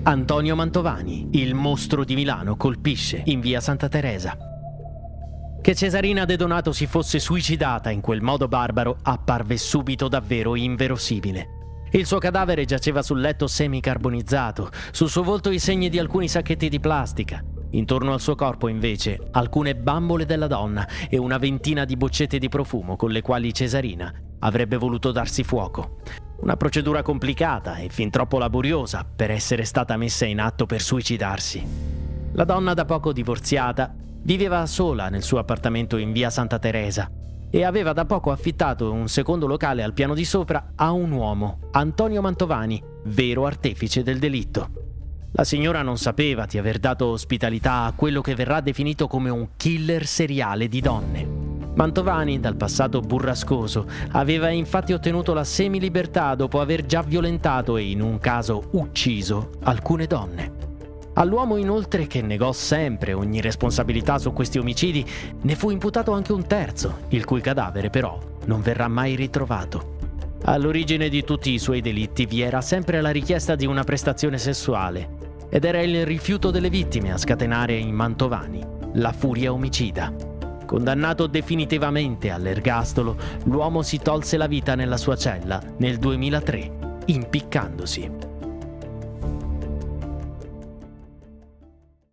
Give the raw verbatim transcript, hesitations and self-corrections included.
Antonio Mantovani, il mostro di Milano, colpisce in via Santa Teresa. Che Cesarina De Donato si fosse suicidata in quel modo barbaro apparve subito davvero inverosimile. Il suo cadavere giaceva sul letto semicarbonizzato, sul suo volto i segni di alcuni sacchetti di plastica. Intorno al suo corpo, invece, alcune bambole della donna e una ventina di boccette di profumo con le quali Cesarina avrebbe voluto darsi fuoco. Una procedura complicata e fin troppo laboriosa per essere stata messa in atto per suicidarsi. La donna, da poco divorziata, viveva sola nel suo appartamento in via Santa Teresa e aveva da poco affittato un secondo locale al piano di sopra a un uomo, Antonio Mantovani, vero artefice del delitto. La signora non sapeva di aver dato ospitalità a quello che verrà definito come un killer seriale di donne. Mantovani, dal passato burrascoso, aveva infatti ottenuto la semilibertà dopo aver già violentato e, in un caso, ucciso alcune donne. All'uomo, inoltre, che negò sempre ogni responsabilità su questi omicidi, ne fu imputato anche un terzo, il cui cadavere però non verrà mai ritrovato. All'origine di tutti i suoi delitti vi era sempre la richiesta di una prestazione sessuale, ed era il rifiuto delle vittime a scatenare in Mantovani la furia omicida. Condannato definitivamente all'ergastolo, l'uomo si tolse la vita nella sua cella nel duemilatré, impiccandosi.